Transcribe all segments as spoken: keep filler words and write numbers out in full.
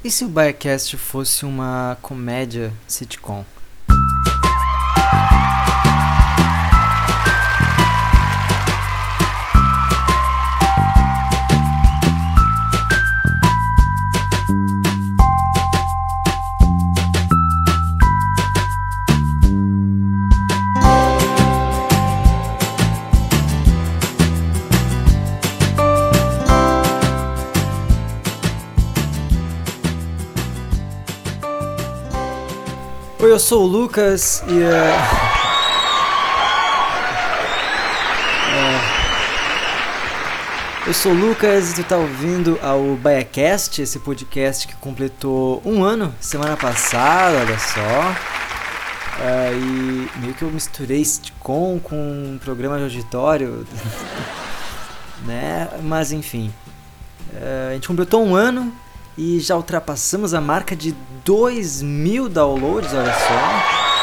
E se o Biacast fosse uma comédia sitcom? Oi, eu sou o Lucas e... Uh... uh... Eu sou o Lucas e tu tá ouvindo ao Biacast, esse podcast que completou um ano semana passada, olha só. Uh, e meio que eu misturei sitcom com um programa de auditório, né? Mas enfim, uh, a gente completou um ano e já ultrapassamos a marca de dois mil downloads, olha só.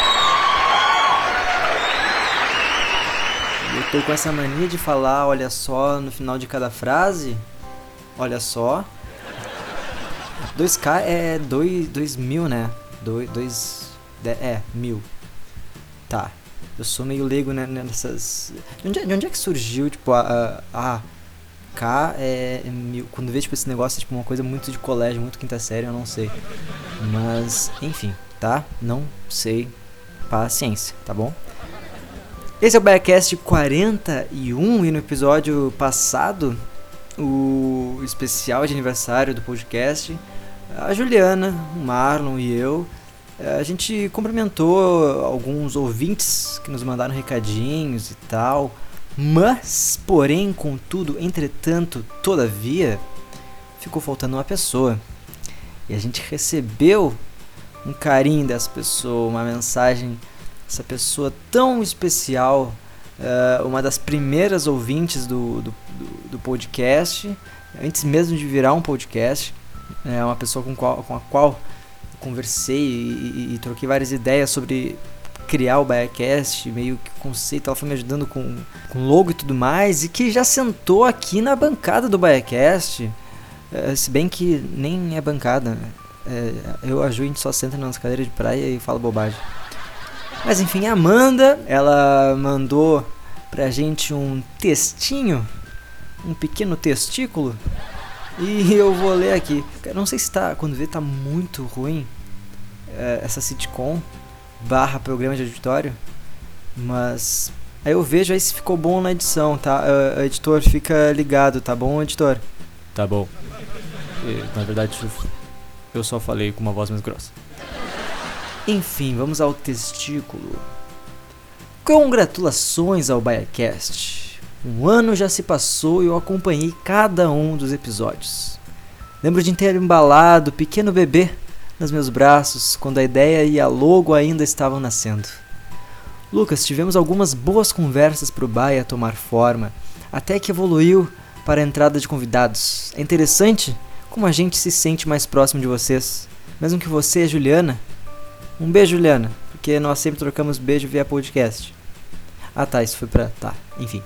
Eu tô com essa mania de falar, olha só, no final de cada frase. Olha só. dois K é dois mil, né? dois, é, mil. Tá. Eu sou meio leigo, né, nessas... De onde, de onde é que surgiu, tipo, a... a, a K é, é mil. Quando vê tipo esse negócio é tipo uma coisa muito de colégio, muito quinta série, eu não sei. Mas, enfim, tá? Não sei. Paciência, tá bom? Esse é o Biacast quarenta e um e no episódio passado, o especial de aniversário do podcast, a Juliana, o Marlon e eu, a gente cumprimentou alguns ouvintes que nos mandaram recadinhos e tal. Mas, porém, contudo, entretanto, todavia, ficou faltando uma pessoa. E a gente recebeu um carinho dessa pessoa, uma mensagem dessa pessoa tão especial, uh, uma das primeiras ouvintes do, do, do podcast, antes mesmo de virar um podcast. É uma pessoa com, qual, com a qual conversei e, e, e troquei várias ideias sobre criar o Biacast, meio que o conceito, ela foi me ajudando com, com logo e tudo mais, e que já sentou aqui na bancada do Biacast, é, se bem que nem é bancada, é, eu a Ju, a gente só senta nas cadeiras de praia e fala bobagem. Mas enfim, a Amanda, ela mandou pra gente um textinho, um pequeno testículo, e eu vou ler aqui. Eu não sei se tá, quando vê tá muito ruim, é, essa sitcom, barra programa de auditório, mas aí eu vejo aí se ficou bom na edição, tá? Uh, editor, fica ligado, tá bom, editor? Tá bom. E, na verdade, eu só falei com uma voz mais grossa. Enfim, vamos ao testículo. Congratulações ao Biacast. Um ano já se passou e eu acompanhei cada um dos episódios. Lembro de ter embalado o pequeno bebê nos meus braços, quando a ideia e a logo ainda estavam nascendo. Lucas, tivemos algumas boas conversas para o Baia tomar forma, até que evoluiu para a entrada de convidados. É interessante como a gente se sente mais próximo de vocês, mesmo que você e a Juliana. Um beijo, Juliana, porque nós sempre trocamos beijo via podcast. Ah tá, isso foi pra... tá, enfim.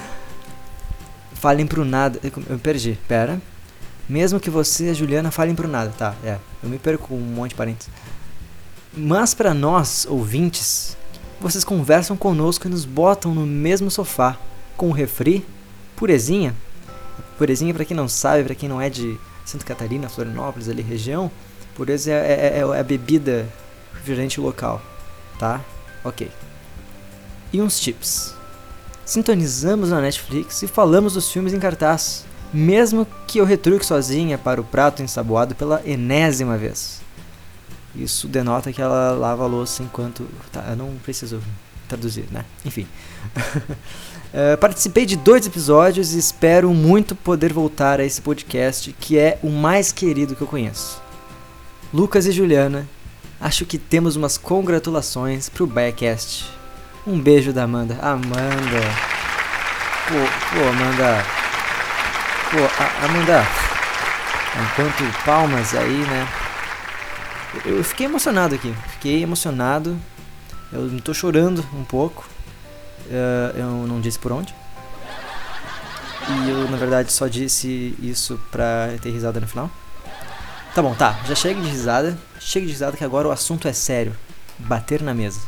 Falem pro nada... Eu me perdi, pera... Mesmo que você e a Juliana falem pro nada, tá, é, eu me perco com um monte de parênteses. Mas pra nós, ouvintes, vocês conversam conosco e nos botam no mesmo sofá, com o refri, purezinha. Purezinha, pra quem não sabe, pra quem não é de Santa Catarina, Florianópolis, ali região, pureza é, é, é a bebida refrigerante local, tá? Ok. E uns tips. Sintonizamos na Netflix e falamos dos filmes em cartaz, mesmo que eu retruque sozinha para o prato ensaboado pela enésima vez. Isso denota que ela lava a louça enquanto... Tá, eu não preciso traduzir, né? Enfim. uh, participei de dois episódios e espero muito poder voltar a esse podcast, que é o mais querido que eu conheço. Lucas e Juliana, acho que temos umas congratulações pro Biacast. Um beijo da Amanda. Amanda. Pô, pô Amanda... Pô, a, Amanda, enquanto palmas aí, né? Eu fiquei emocionado aqui, fiquei emocionado. Eu tô chorando um pouco. Uh, eu não disse por onde. E eu, na verdade, só disse isso pra ter risada no final. Tá bom, tá. Já chega de risada. Chega de risada que agora o assunto é sério. Bater na mesa.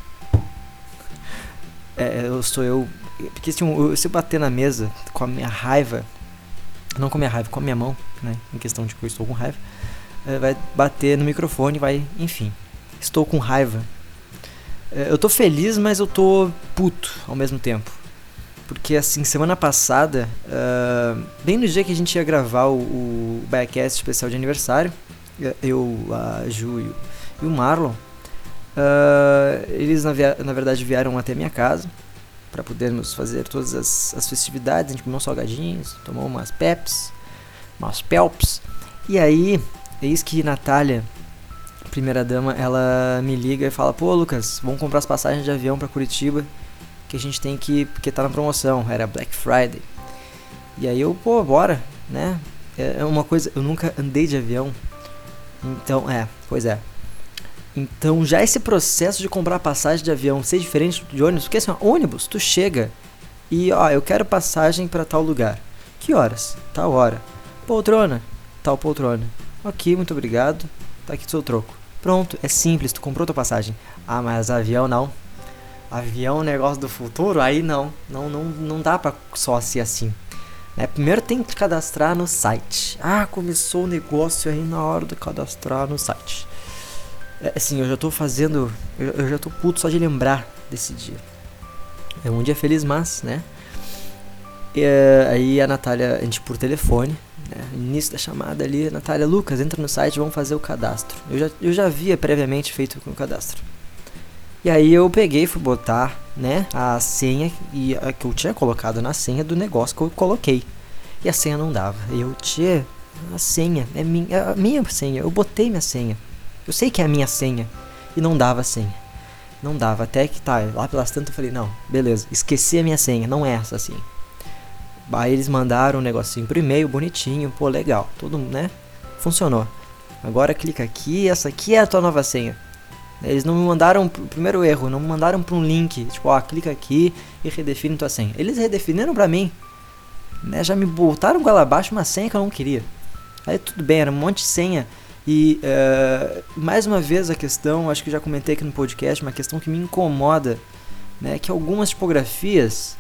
É, eu sou eu... Porque se eu, se eu bater na mesa com a minha raiva... Não com a minha raiva, com a minha mão, né? Em questão de que eu estou com raiva. É, vai bater no microfone, vai... Enfim. Estou com raiva. É, eu tô feliz, mas eu tô puto ao mesmo tempo. Porque assim, semana passada... Uh, bem no dia que a gente ia gravar o, o Biacast especial de aniversário... Eu, a Ju e o, e o Marlon... Uh, eles na, via- na verdade vieram até minha casa para podermos fazer todas as, as festividades. A gente comeu uns salgadinhos, tomou umas peps, umas pelps. E aí, eis que Natália, primeira dama, ela me liga e fala: pô, Lucas, vamos comprar as passagens de avião para Curitiba, que a gente tem que, porque tá na promoção, era Black Friday. E aí eu, pô, bora, né? É uma coisa, eu nunca andei de avião, então, é, pois é. Então já esse processo de comprar passagem de avião ser diferente de ônibus, porque assim, ó, ônibus, tu chega e, ó, eu quero passagem para tal lugar. Que horas? Tal hora. Poltrona? Tal poltrona. Ok, muito obrigado. Tá aqui o seu troco. Pronto, é simples, tu comprou tua passagem. Ah, mas avião não. Avião é um negócio do futuro? Aí não. Não, não, não dá pra só ser assim. Né? Primeiro tem que cadastrar no site. Ah, começou o negócio aí na hora de cadastrar no site. Assim, eu já tô fazendo... Eu, eu já tô puto só de lembrar desse dia. É um dia feliz, mas, né? E, uh, aí a Natália, a gente por telefone, né? Início da chamada ali, Natália, Lucas, entra no site, vamos fazer o cadastro. Eu já, eu já havia previamente feito o cadastro. E aí eu peguei e fui botar, né, a senha e a, que eu tinha colocado na senha do negócio que eu coloquei. E a senha não dava. E eu, tchê, a senha, é minha, é a minha senha, eu botei minha senha. Eu sei que é a minha senha. E não dava a senha. Não dava. Até que tá, lá pelas tantas eu falei, não, beleza, esqueci a minha senha, não é essa assim. Aí eles mandaram um negocinho pro e-mail, bonitinho, pô, legal. Tudo, né? Funcionou. Agora clica aqui, essa aqui é a tua nova senha. Eles não me mandaram, pro primeiro erro, não me mandaram pra um link, tipo, ó, clica aqui e redefine tua senha. Eles redefiniram pra mim. Né? Já me botaram goela abaixo uma senha que eu não queria. Aí tudo bem, era um monte de senha. E, uh, mais uma vez a questão, acho que eu já comentei aqui no podcast, uma questão que me incomoda, né, que algumas tipografias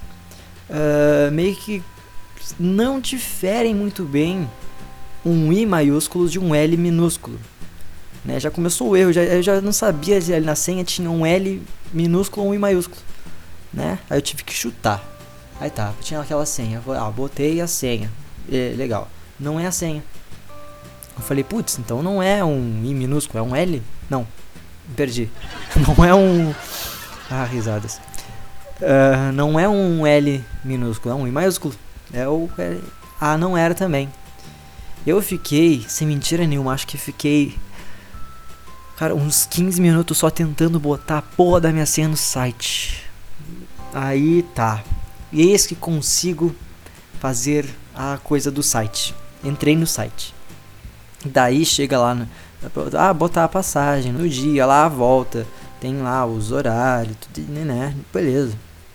uh, meio que não diferem muito bem um I maiúsculo de um L minúsculo. Né, já começou o erro, já, eu já não sabia se ali na senha tinha um L minúsculo ou um I maiúsculo. Né? Aí eu tive que chutar. Aí tá, tinha aquela senha, ah, botei a senha, é, legal, não é a senha. Eu falei, putz, então não é um I minúsculo, é um L? Não, me perdi. Não é um... Ah, risadas. Uh, não é um L minúsculo, é um I maiúsculo. É o... É... Ah, não era também. Eu fiquei, sem mentira nenhuma, acho que fiquei... Cara, uns quinze minutos só tentando botar a porra da minha senha no site. Aí tá. E eis que consigo fazer a coisa do site. Entrei no site. Daí chega lá, no, ah, botar a passagem no dia, lá a volta, tem lá os horários, tudo, né, beleza.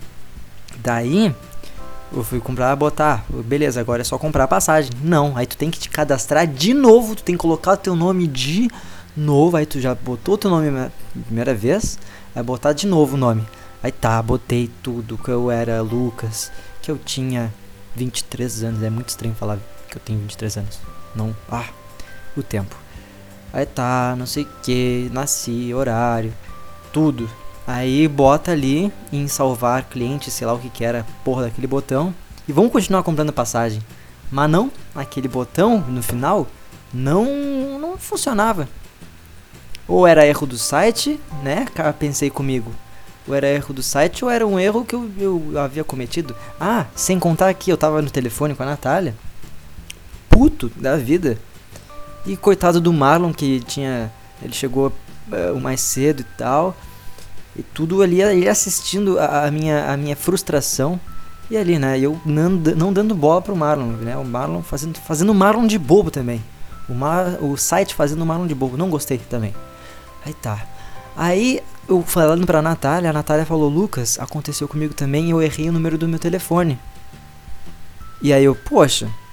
Daí, eu fui comprar, botar, beleza, agora é só comprar a passagem. Não, aí tu tem que te cadastrar de novo, tu tem que colocar o teu nome de novo, aí tu já botou o teu nome na primeira vez, vai botar de novo o nome. Aí tá, botei tudo, que eu era Lucas, que eu tinha vinte e três anos, é muito estranho falar que eu tenho vinte e três anos, não, ah... o tempo. Aí tá, não sei o que, nasci, horário, tudo. Aí bota ali em salvar cliente, sei lá o que que era, porra daquele botão. E vamos continuar comprando passagem. Mas não, aquele botão no final não, não funcionava. Ou era erro do site, né? Pensei comigo. Ou era erro do site ou era um erro que eu, eu havia cometido. Ah, sem contar que eu tava no telefone com a Natália. Puto da vida. E coitado do Marlon, que tinha... Ele chegou uh, mais cedo e tal. E tudo ali, ele assistindo a, a, minha, a minha frustração. E ali, né, eu não, não dando bola pro Marlon, né? O Marlon fazendo, fazendo o Marlon de bobo também. O, Mar, o site fazendo o Marlon de bobo, não gostei também. Aí tá. Aí, eu falando pra Natália, a Natália falou, Lucas, aconteceu comigo também e eu errei o número do meu telefone. E aí eu, poxa...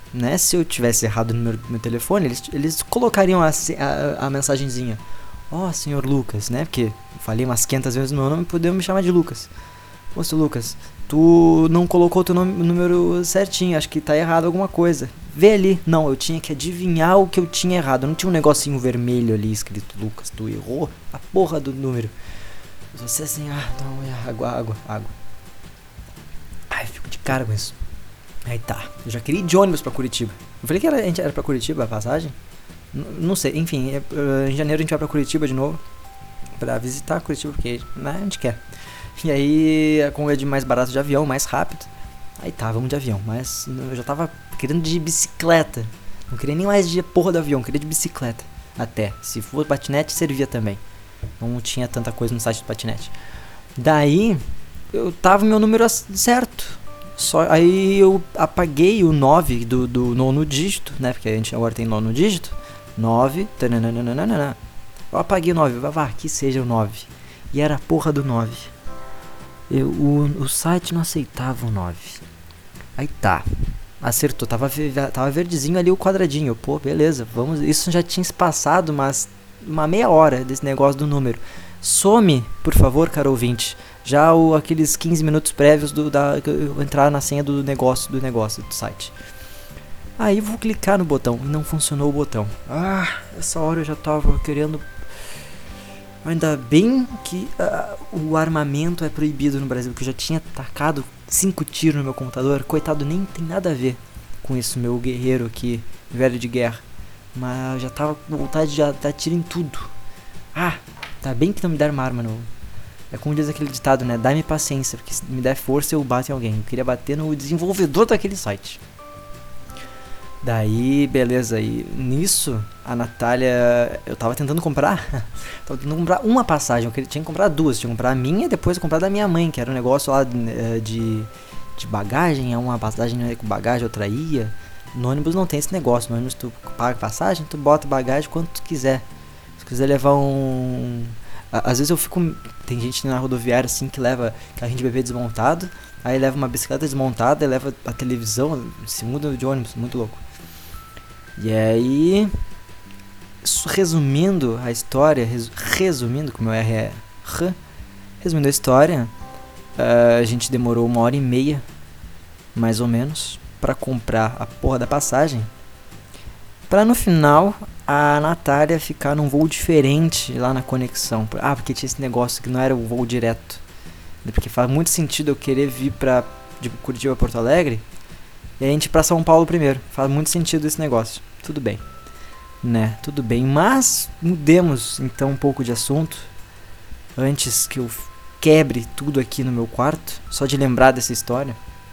né? Se eu tivesse errado o número do meu telefone, eles, eles colocariam a, a, a mensagenzinha. Ó, oh, senhor Lucas, né? Porque eu falei umas quinhentas vezes o meu nome e poderiam me chamar de Lucas. Ô, seu Lucas, tu não colocou o teu nome, o número certinho, acho que tá errado alguma coisa. Vê ali. Não, eu tinha que adivinhar o que eu tinha errado. Não tinha um negocinho vermelho ali escrito, Lucas, tu errou a porra do número. Você assim, ah, não, é água, água, água. Ai, fico de cara com isso. Aí tá, eu já queria ir de ônibus pra Curitiba. Eu falei que era, a gente era pra Curitiba a passagem? N- não sei, enfim, é, uh, em janeiro a gente vai pra Curitiba de novo. Pra visitar Curitiba, porque né, a gente quer. E aí, como é de mais barato de avião, mais rápido. Aí tá, vamos de avião. Mas eu já tava querendo de bicicleta. Não queria nem mais de porra do avião, queria de bicicleta. Até, se for patinete, servia também. Não tinha tanta coisa no site do patinete. Daí, eu tava meu número certo. Só, aí eu apaguei o nove do, do nono dígito, né? Porque a gente agora tem nono dígito. nove. Tananana. Eu apaguei o nove. Vá, que seja o nove. E era a porra do nove. Eu, o, o site não aceitava o nove. Aí tá. Acertou. Tava, tava verdezinho ali o quadradinho. Pô, beleza. Vamos. Isso já tinha se passado, mas uma meia hora desse negócio do número. Some, por favor, caro ouvinte. Já o, aqueles quinze minutos prévios do, da, eu entrar na senha do negócio, do negócio, do site. Aí vou clicar no botão e não funcionou o botão. Ah, essa hora eu já tava querendo. Ainda bem que uh, o armamento é proibido no Brasil, porque eu já tinha tacado cinco tiros no meu computador. Coitado, nem tem nada a ver com isso, meu guerreiro aqui, velho de guerra. Mas eu já tava com vontade de dar tiro em tudo. Ah, tá bem que não me deram uma arma no... É como diz aquele ditado, né? Dá-me paciência, porque se me der força eu bato em alguém. Eu queria bater no desenvolvedor daquele site. Daí, beleza. E nisso, a Natália... Eu tava tentando comprar... tava tentando comprar uma passagem. Eu queria, tinha que comprar duas. Tinha que comprar a minha e depois comprar da minha mãe. Que era um negócio lá de, de bagagem. É uma passagem com bagagem, outra ia. No ônibus não tem esse negócio. No ônibus tu paga passagem, tu bota bagagem quanto tu quiser. Se tu quiser levar um... Às vezes eu fico... Tem gente na rodoviária assim que leva carrinho de bebê desmontado. Aí leva uma bicicleta desmontada e leva a televisão. Se muda de ônibus, muito louco. E aí... Resumindo a história... Res, resumindo, como o R é R... Resumindo a história... Uh, a gente demorou uma hora e meia... Mais ou menos... Pra comprar a porra da passagem. Pra no final... A Natália ficar num voo diferente lá na conexão. Ah, porque tinha esse negócio que não era o voo direto. Porque faz muito sentido eu querer vir pra de Curitiba a Porto Alegre e a gente ir pra São Paulo primeiro. Faz muito sentido esse negócio. Tudo bem. Né? Tudo bem. Mas mudemos então um pouco de assunto. Antes que eu quebre tudo aqui no meu quarto. Só de lembrar dessa história.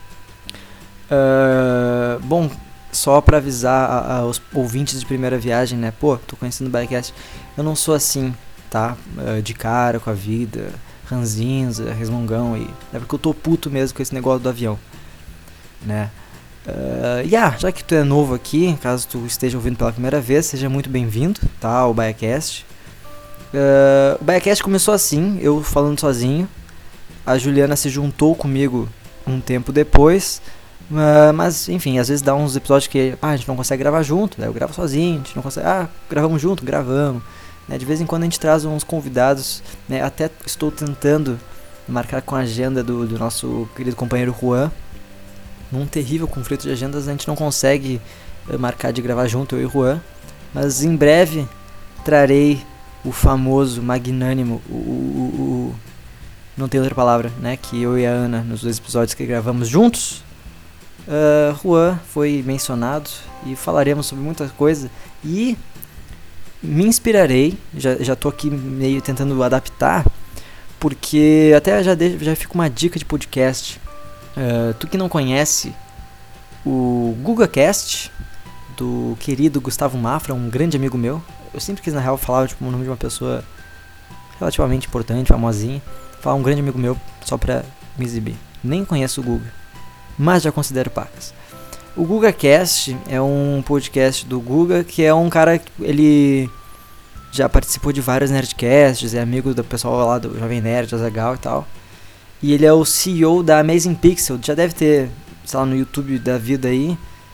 Uh, bom... Só pra avisar a, a, os ouvintes de primeira viagem, né? Pô, tô conhecendo o Biacast. Eu não sou assim, tá? Uh, de cara com a vida, ranzinza, resmungão. E... É porque eu tô puto mesmo com esse negócio do avião, né? Uh, yeah, já que tu é novo aqui, caso tu esteja ouvindo pela primeira vez, seja muito bem-vindo, tá? Ao Biacast. Uh, o Biacast começou assim, eu falando sozinho. A Juliana se juntou comigo um tempo depois... Uh, mas enfim, às vezes dá uns episódios que ah, a gente não consegue gravar junto, daí eu gravo sozinho, a gente não consegue, ah, gravamos junto, gravamos, né? De vez em quando a gente traz uns convidados, né? Até estou tentando marcar com a agenda do, do nosso querido companheiro Juan. Num terrível conflito de agendas a gente não consegue uh, marcar de gravar junto, eu e o Juan. Mas em breve trarei o famoso, magnânimo, o, o, o não tem outra palavra, né? Que eu e a Ana, nos dois episódios que gravamos juntos. Uh, Juan foi mencionado e falaremos sobre muita coisa e me inspirarei, já, já tô aqui meio tentando adaptar, porque até já, de, já fica uma dica de podcast. Uh, tu que não conhece o GugaCast, do querido Gustavo Mafra, um grande amigo meu, eu sempre quis na real falar tipo, o nome de uma pessoa relativamente importante, famosinha, falar um grande amigo meu só pra me exibir. Nem conheço o Guga, mas já considero pacas. O GugaCast é um podcast do Guga, que é um cara que ele já participou de vários Nerdcasts, é amigo do pessoal lá do Jovem Nerd, Azaghal e tal. E ele é o C E O da Amazing Pixel, já deve ter, sei lá, no YouTube da vida aí,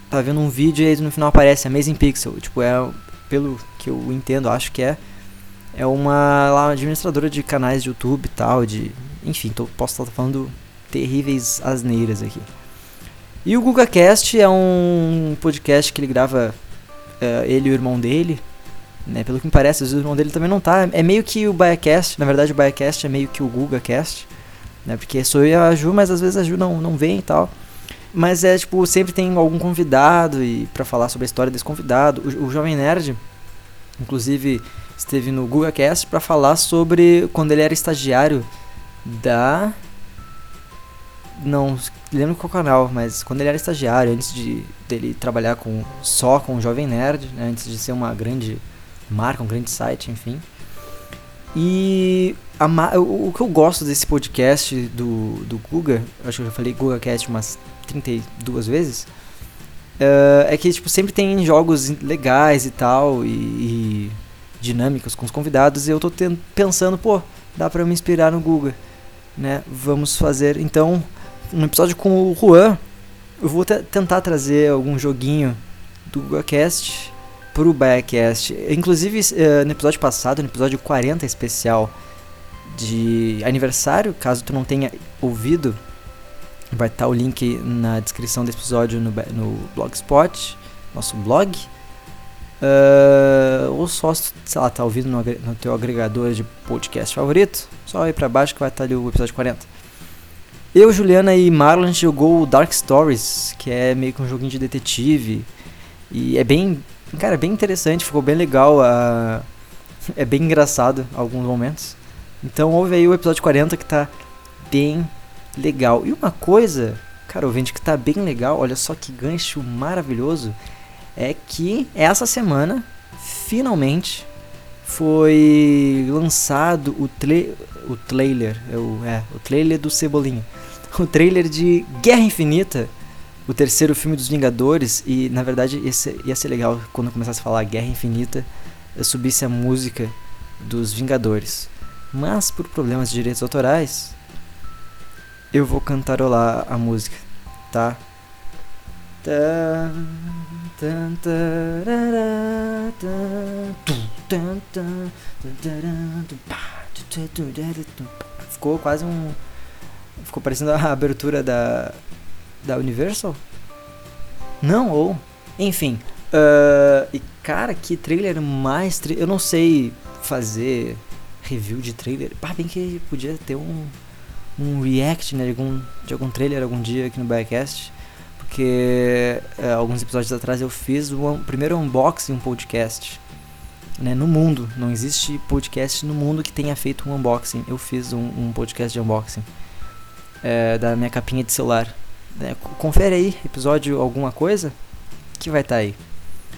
tá vendo um vídeo e aí no final aparece Amazing Pixel. Tipo, é, pelo que eu entendo, acho que é, é uma, lá, administradora de canais de YouTube e tal, de, enfim, tô, posso estar falando terríveis asneiras aqui. E o GugaCast é um podcast que ele grava, uh, ele e o irmão dele, né, pelo que me parece, o irmão dele também não tá, é meio que o BaiaCast, na verdade o BaiaCast é meio que o GugaCast, né, porque sou eu e a Ju, mas às vezes a Ju não, não vem e tal. Mas é tipo, sempre tem algum convidado e pra falar sobre a história desse convidado. O, o Jovem Nerd, inclusive, esteve no GugaCast pra falar sobre quando ele era estagiário da... Não lembro qual canal, mas quando ele era estagiário, antes de dele trabalhar com, só com o Jovem Nerd, né, antes de ser uma grande marca, um grande site, enfim. E a, o, o que eu gosto desse podcast do, do Guga, acho que eu já falei GugaCast umas trinta e duas vezes, uh, é que tipo, sempre tem jogos legais e tal, e, e dinâmicas com os convidados, e eu tô ten- pensando, pô, dá pra me inspirar no Guga, né? Vamos fazer, então, no episódio com o Juan, eu vou t- tentar trazer algum joguinho do GugaCast pro BaiaCast. Inclusive, uh, no episódio passado, no episódio quarenta especial de aniversário, caso tu não tenha ouvido, vai estar o link na descrição desse episódio no, no Blogspot, nosso blog. Uh, ou só, sei lá, tá ouvindo no, no teu agregador de podcast favorito, só ir pra baixo que vai estar ali o episódio quarenta. Eu, Juliana e Marlon, a gente jogou o Dark Stories, que é meio que um joguinho de detetive. E é bem... Cara, é bem interessante, ficou bem legal, uh, é bem engraçado em alguns momentos. Então ouve aí o episódio quarenta que tá bem legal. E uma coisa, cara, ouvinte, que tá bem legal, olha só que gancho maravilhoso, é que essa semana, finalmente, foi lançado o, tra- o trailer, é o, é, o trailer do Cebolinha, o trailer de Guerra Infinita, o terceiro filme dos Vingadores. E na verdade esse ia ser legal quando eu começasse a falar Guerra Infinita, eu subisse a música dos Vingadores, mas por problemas de direitos autorais eu vou cantarolar a música, tá? Ficou quase um... Ficou parecendo a abertura da... Da Universal? Não, ou... Enfim. Uh, e cara, que trailer mais... Tra- eu não sei fazer review de trailer. Bah, bem que podia ter um... Um react, né, de algum, de algum trailer algum dia aqui no BaiaCast. Porque uh, alguns episódios atrás eu fiz o um, primeiro unboxing de um podcast, né, no mundo. Não existe podcast no mundo que tenha feito um unboxing. Eu fiz um, um podcast de unboxing uh, da minha capinha de celular. É, confere aí, episódio alguma coisa que vai estar tá aí.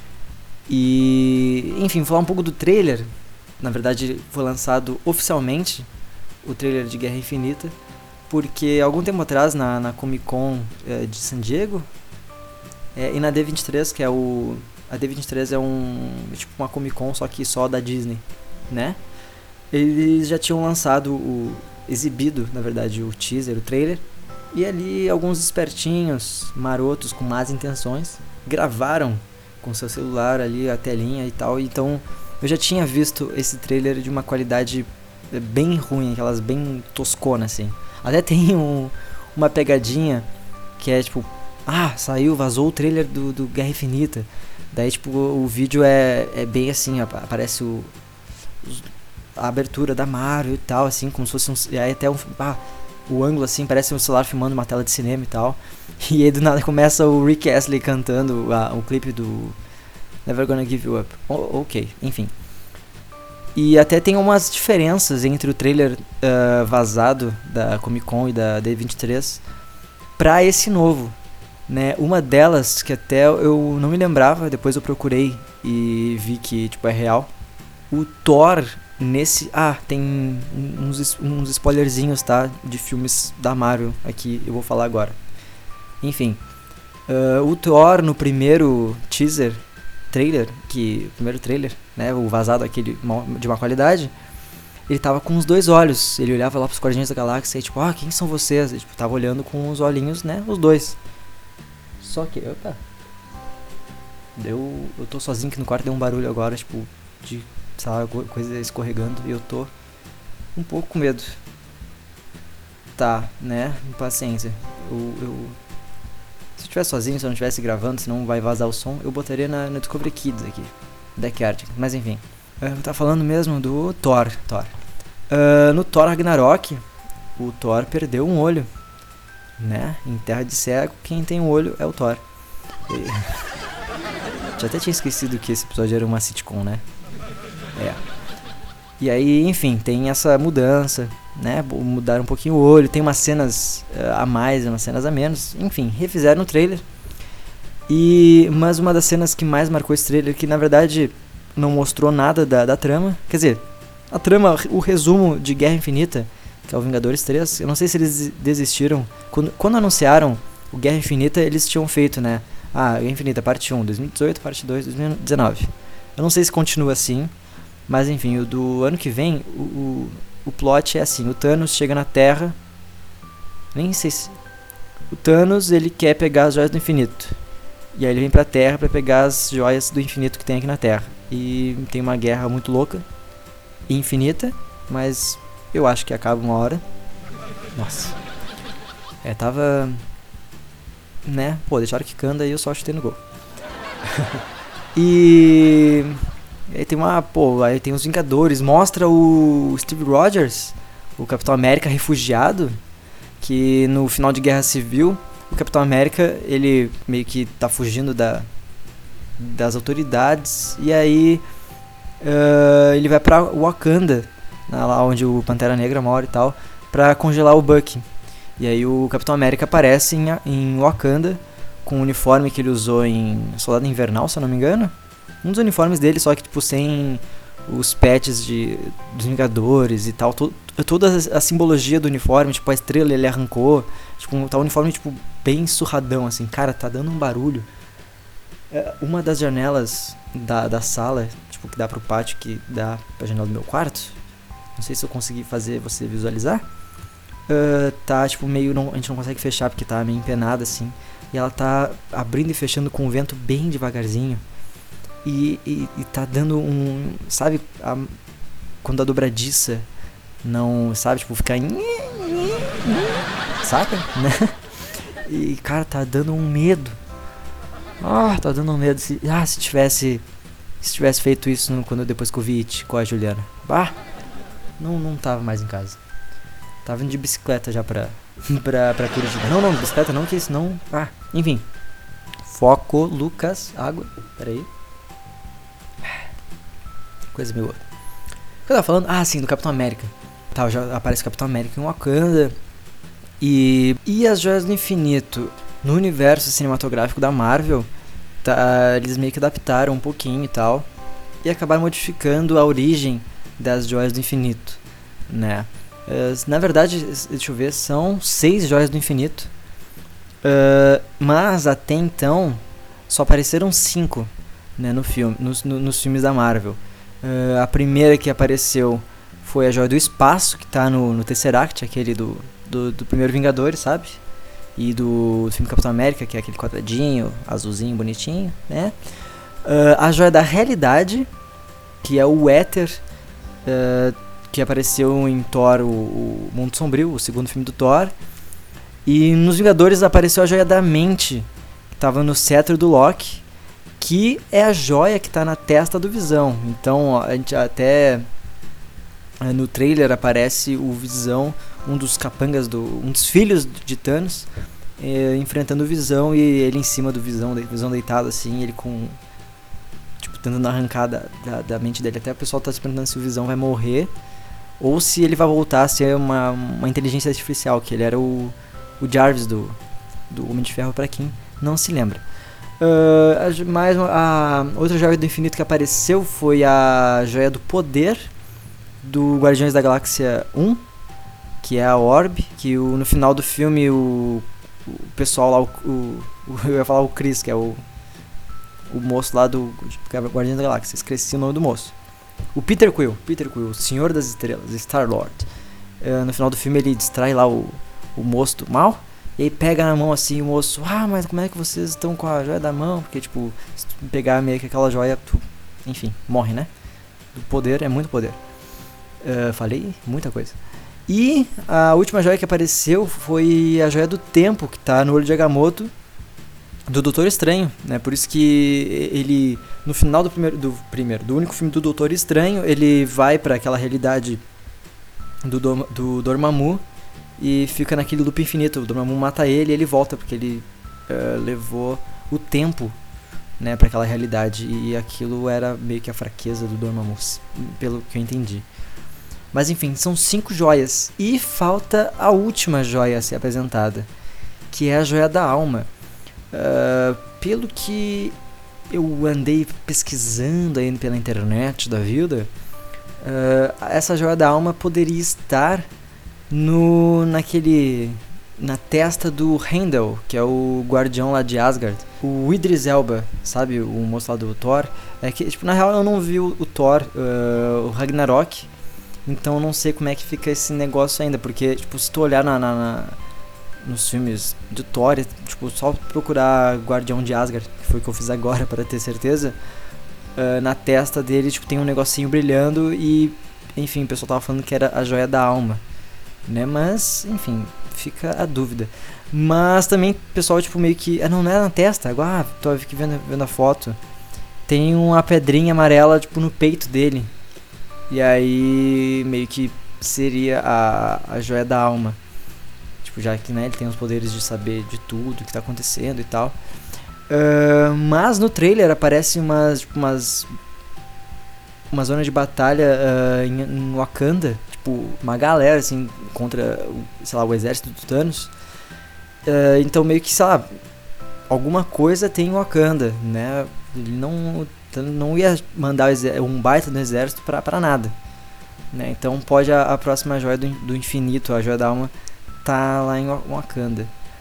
E, enfim, vou falar um pouco do trailer. Na verdade, foi lançado oficialmente o trailer de Guerra Infinita, porque algum tempo atrás, na, na Comic Con é, de San Diego, é, e na D vinte e três, que é o... A D vinte e três é um... É tipo uma Comic Con, só que só da Disney, né? Eles já tinham lançado o... Exibido, na verdade, o teaser, o trailer. E ali alguns espertinhos, marotos, com más intenções, gravaram com seu celular ali a telinha e tal. Então eu já tinha visto esse trailer de uma qualidade bem ruim, aquelas bem tosconas assim. Até tem um, uma pegadinha que é tipo, ah, saiu, vazou o trailer do, do Guerra Infinita. Daí tipo, o vídeo é, é bem assim, aparece o, a abertura da Marvel e tal, assim, como se fosse um... E aí até um... Ah, o ângulo assim, parece um celular filmando uma tela de cinema e tal. E aí do nada começa o Rick Astley cantando a, o clipe do Never Gonna Give You Up. O, ok, enfim. E até tem umas diferenças entre o trailer uh, vazado da Comic Con e da D vinte e três pra esse novo, né? Uma delas, que até eu não me lembrava, depois eu procurei e vi que tipo, é real. O Thor... Nesse... Ah, tem uns, uns spoilerzinhos, tá? De filmes da Marvel aqui, eu vou falar agora. Enfim. Uh, o Thor no primeiro teaser, trailer, que... Primeiro trailer, né? O vazado aquele de uma qualidade. Ele tava com os dois olhos. Ele olhava lá pros Guardiões da Galáxia e tipo... Ah, quem são vocês? E, tipo, tava olhando com os olhinhos, né? Os dois. Só que... Opa... Eu, eu tô sozinho aqui no quarto, deu um barulho agora, tipo, de, sei lá, coisa escorregando, e eu tô um pouco com medo. Tá, né? Paciência. Eu, eu... Se eu estivesse sozinho, se eu não estivesse gravando, senão vai vazar o som, eu botaria na, no Discovery Kids aqui. Backyard. Mas enfim. Uh, tá falando mesmo do Thor. Thor. Uh, no Thor Ragnarok, o Thor perdeu um olho. Né? Em Terra de Cego, quem tem um olho é o Thor. E... Já até tinha esquecido que esse episódio era uma sitcom, né? É. E aí, enfim, tem essa mudança, né? Mudaram um pouquinho o olho, tem umas cenas uh, a mais, umas cenas a menos. Enfim, refizeram o trailer. E, mas uma das cenas que mais marcou esse trailer, que na verdade não mostrou nada da, da trama. Quer dizer, a trama, o resumo de Guerra Infinita, que é o Vingadores três, eu não sei se eles desistiram. Quando, quando anunciaram o Guerra Infinita, eles tinham feito, né? Ah, Guerra Infinita, parte um, dois mil e dezoito, parte dois, dois mil e dezenove. Eu não sei se continua assim. Mas enfim, o do ano que vem, o, o, o plot é assim, o Thanos chega na Terra, nem sei se... O Thanos, ele quer pegar as joias do infinito, e aí ele vem pra Terra pra pegar as joias do infinito que tem aqui na Terra. E tem uma guerra muito louca, e infinita, mas eu acho que acaba uma hora. Nossa. É, tava... Né, pô, deixaram quicando aí eu só chutei no gol. E... Aí tem uma, pô, aí tem os Vingadores, mostra o Steve Rogers, o Capitão América refugiado, que no final de Guerra Civil, o Capitão América, ele meio que tá fugindo da, das autoridades, e aí uh, ele vai pra Wakanda, lá onde o Pantera Negra mora e tal, pra congelar o Bucky. E aí o Capitão América aparece em, em Wakanda, com o uniforme que ele usou em Soldado Invernal, se eu não me engano. Um dos uniformes dele, só que tipo sem os patches de, dos Vingadores e tal, to, toda a simbologia do uniforme, tipo a estrela ele arrancou, tipo, tá um uniforme tipo bem surradão assim, cara, tá dando um barulho. É, uma das janelas da, da sala, tipo que dá pro pátio, que dá pra janela do meu quarto, não sei se eu consegui fazer você visualizar, uh, tá tipo meio, não, a gente não consegue fechar porque tá meio empenada assim, e ela tá abrindo e fechando com o vento bem devagarzinho. E, e, e tá dando um... Sabe? A, quando a dobradiça não... Sabe? Tipo, ficar... Saca? Né? E, cara, tá dando um medo. Ah, tá dando um medo. Se, ah, se tivesse... Se tivesse feito isso no, quando, depois que eu vi It com a Juliana. Bah! Não, não tava mais em casa. Tava indo de bicicleta já pra... pra, pra Curitiba. Não, não, bicicleta não, que isso não... Ah, enfim. Foco, Lucas, água. Pera aí. Coisa meio outra. O que eu tava falando? Ah, sim, do Capitão América. Tá, já aparece o Capitão América em Wakanda. E, e as Joias do Infinito. No universo cinematográfico da Marvel, tá, eles meio que adaptaram um pouquinho e tal. E acabaram modificando a origem das Joias do Infinito, né? Uh, na verdade, deixa eu ver, são seis Joias do Infinito. Uh, mas até então, só apareceram cinco, né, no filme, nos, no, nos filmes da Marvel. Uh, a primeira que apareceu foi a Joia do Espaço, que tá no, no Tesseract, aquele do, do, do primeiro Vingadores, sabe? E do, do filme Capitão América, que é aquele quadradinho, azulzinho, bonitinho, né? Uh, a Joia da Realidade, que é o Éter, uh, que apareceu em Thor, o, o Mundo Sombrio, o segundo filme do Thor. E nos Vingadores apareceu a Joia da Mente, que tava no cetro do Loki, que é a joia que tá na testa do Visão. Então, a gente até no trailer aparece o Visão, um dos capangas, do, um dos filhos de Thanos, é, enfrentando o Visão, e ele em cima do Visão, Visão deitado assim, ele com... tipo, tentando arrancar da, da, da mente dele. Até o pessoal tá se perguntando se o Visão vai morrer, ou se ele vai voltar a ser uma, uma inteligência artificial, que ele era o, o Jarvis do, do Homem de Ferro, pra quem não se lembra. Uh, mais uma, a outra joia do infinito que apareceu foi a joia do poder do Guardiões da Galáxia um, que é a Orb, que o, no final do filme o, o pessoal lá, o, o, eu ia falar o Chris, que é o, o moço lá do Guardiões da Galáxia, esqueci o nome do moço, o Peter Quill, Peter Quill, o Senhor das Estrelas, Star-Lord. Uh, no final do filme ele distrai lá o, o moço do mal, E aí pega na mão assim o moço, ah, mas como é que vocês estão com a joia da mão? Porque, tipo, se tu pegar meio que aquela joia, tu, enfim, morre, né? O poder é muito poder. Uh, falei muita coisa. E a última joia que apareceu foi a joia do tempo, que tá no olho de Agamotto, do Doutor Estranho, né? Por isso que ele, no final do primeiro, do primeiro, do único filme do Doutor Estranho, ele vai pra aquela realidade do, do, do Dormammu e fica naquele loop infinito. O Dormammu mata ele e ele volta, porque ele uh, levou o tempo, né, pra aquela realidade. E aquilo era meio que a fraqueza do Dormammu, pelo que eu entendi. Mas enfim, são cinco joias. E falta a última joia a ser apresentada, que é a joia da alma. Uh, pelo que eu andei pesquisando aí pela internet da vida, uh, essa joia da alma poderia estar no, naquele, na testa do Heimdall, que é o guardião lá de Asgard. O Idris Elba, sabe, o moço lá do Thor. É que, tipo, na real eu não vi o, o Thor, uh, o Ragnarok, então eu não sei como é que fica esse negócio ainda, porque, tipo, se tu olhar na, na, na nos filmes do Thor, tipo, só procurar Guardião de Asgard, que foi o que eu fiz agora para ter certeza, uh, na testa dele, tipo, tem um negocinho brilhando e, enfim, o pessoal tava falando que era a joia da alma, né, mas, enfim, fica a dúvida. Mas também o pessoal, tipo, meio que, ah, não, não é na testa, agora, ah, tô aqui vendo, vendo a foto, tem uma pedrinha amarela, tipo, no peito dele, e aí, meio que seria a, a joia da alma. Já que, né, ele tem os poderes de saber de tudo que tá acontecendo e tal. Uh, mas no trailer aparece umas, tipo, umas uma zona de batalha uh, em, em Wakanda, tipo, uma galera assim contra, sei lá, o exército do Thanos. Uh, então meio que, sei lá, alguma coisa tem em Wakanda, né? Ele não, não ia mandar um baita do exército pra, pra nada, né? Então pode a, a próxima joia do, do infinito, a joia da alma, tá lá em Wakanda.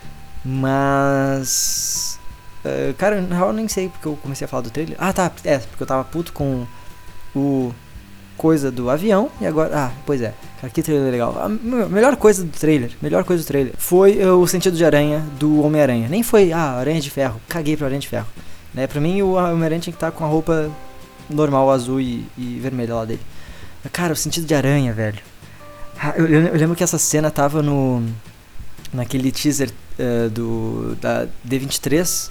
Mas uh, cara, na real eu nem sei porque eu comecei a falar do trailer. Ah, tá, é, porque eu tava puto com o coisa do avião. E agora, ah, pois é, cara, que trailer legal. A melhor coisa do trailer, melhor coisa do trailer foi uh, o sentido de aranha do Homem-Aranha. Nem foi, ah, Aranha de Ferro, caguei pra Aranha de Ferro, né? Pra mim o Homem-Aranha tinha que estar com a roupa normal, azul e, e vermelha lá dele. Cara, o sentido de aranha, velho. Eu, eu, eu lembro que essa cena tava no naquele teaser uh, do da D vinte e três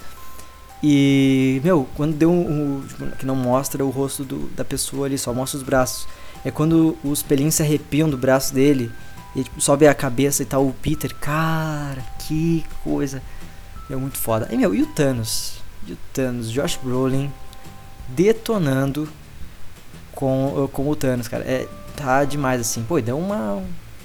e, meu, quando deu um, um tipo, que não mostra o rosto do, da pessoa ali, só mostra os braços. É quando os pelinhos se arrepiam do braço dele e tipo, sobe a cabeça e tal, o Peter. Cara, que coisa. É muito foda. E, meu, e o Thanos? E o Thanos, Josh Brolin detonando com, com o Thanos, cara. É, tá demais assim. Pô, deu uma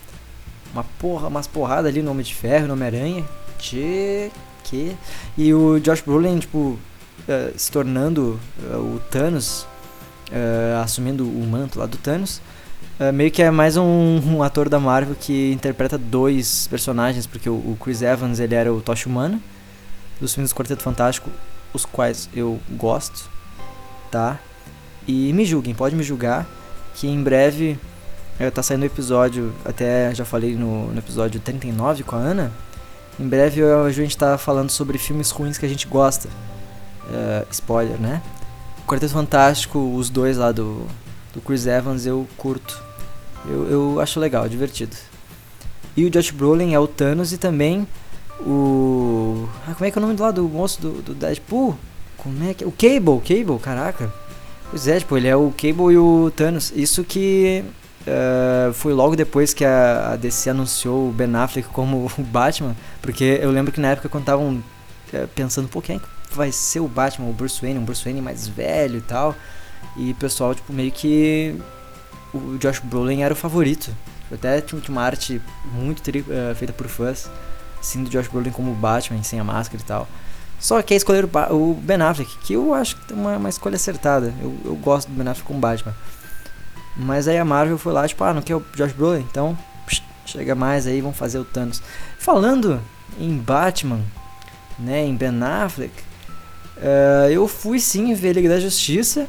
uma porra, umas porradas ali no Homem de Ferro, no Homem-Aranha. Tchê, que e o Josh Brolin, tipo, uh, se tornando uh, o Thanos, uh, assumindo o manto lá do Thanos. Uh, meio que é mais um, um ator da Marvel que interpreta dois personagens, porque o, o Chris Evans, ele era o Tocha Humana dos filmes do Quarteto Fantástico, os quais eu gosto, tá? E me julguem, pode me julgar, que em breve uh, tá saindo o episódio, até já falei no, no episódio trinta e nove com a Ana. Em breve eu, a gente tá falando sobre filmes ruins que a gente gosta. Uh, spoiler, né? Quarteto Fantástico, os dois lá do, do Chris Evans, eu curto. Eu, eu acho legal, divertido. E o Josh Brolin é o Thanos e também o... Ah, como é que é o nome do lado do moço do, do Deadpool? Como é que é? O Cable, Cable, caraca. Pois é, tipo, ele é o Cable e o Thanos. Isso que uh, foi logo depois que a, a D C anunciou o Ben Affleck como o Batman. Porque eu lembro que na época quando estavam uh, pensando, pô, quem é que vai ser o Batman? O Bruce Wayne, um Bruce Wayne mais velho e tal. E o pessoal, tipo, meio que... O Josh Brolin era o favorito. Até tinha uma arte muito tri, uh, feita por fãs, assim, do Josh Brolin como Batman, sem a máscara e tal. Só que aí escolheram o Ben Affleck, que eu acho que é uma, uma escolha acertada. Eu, eu gosto do Ben Affleck como Batman. Mas aí a Marvel foi lá, tipo, ah, não quer o Josh Brolin? Então, psh, chega mais aí, vamos fazer o Thanos. Falando em Batman, né, em Ben Affleck, uh, eu fui sim ver Liga da Justiça.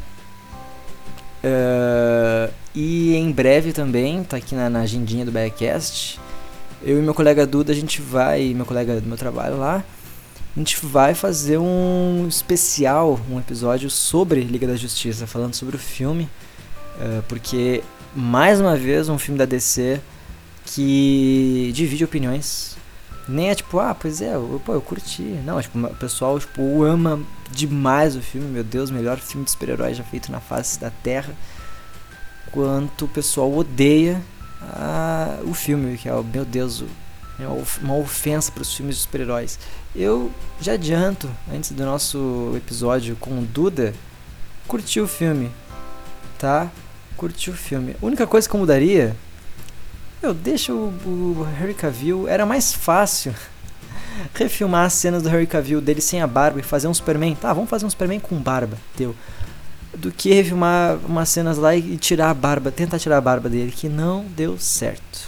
Uh, e em breve também, tá aqui na, na agendinha do Backcast, eu e meu colega Duda, a gente vai, meu colega do meu trabalho lá, a gente vai fazer um especial, um episódio sobre Liga da Justiça, falando sobre o filme, uh, porque, mais uma vez, um filme da D C que divide opiniões. Nem é tipo, ah, pois é, eu, pô, eu curti. Não, tipo, o pessoal tipo, ama demais o filme, meu Deus, melhor filme de super-herói já feito na face da Terra. Quanto o pessoal odeia a, o filme, que é, meu Deus, é uma ofensa para os filmes de super-heróis. Eu já adianto, antes do nosso episódio com o Duda, curti o filme, tá? Curti o filme. A única coisa que eu mudaria, eu deixo o, o Henry Cavill, era mais fácil refilmar as cenas do Henry Cavill dele sem a barba e fazer um Superman. Tá, vamos fazer um Superman com barba, deu. Do que refilmar umas cenas lá e tirar a barba, tentar tirar a barba dele, que não deu certo.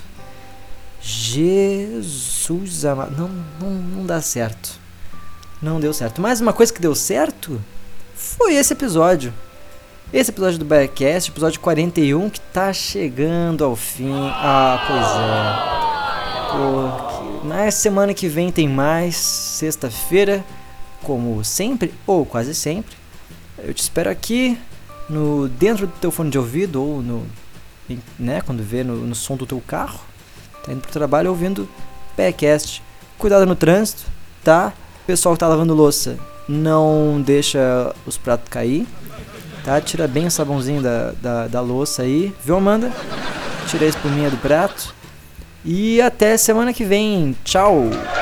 Jesus amado, não, não, não dá certo. Não deu certo. Mas uma coisa que deu certo foi esse episódio. Esse episódio do Biacast, episódio quarenta e um, que tá chegando ao fim. Ah, pois é. Pô, na semana que vem tem mais, sexta-feira, como sempre, ou quase sempre. Eu te espero aqui, no, dentro do teu fone de ouvido, ou no, né, quando vê no, no som do teu carro. Tá indo pro trabalho ouvindo Biacast. Cuidado no trânsito, tá? O pessoal que tá lavando louça, não deixa os pratos cair. Tá? Tira bem o sabãozinho da, da, da louça aí, viu, Amanda? Tira a espuminha do prato. E até semana que vem. Tchau!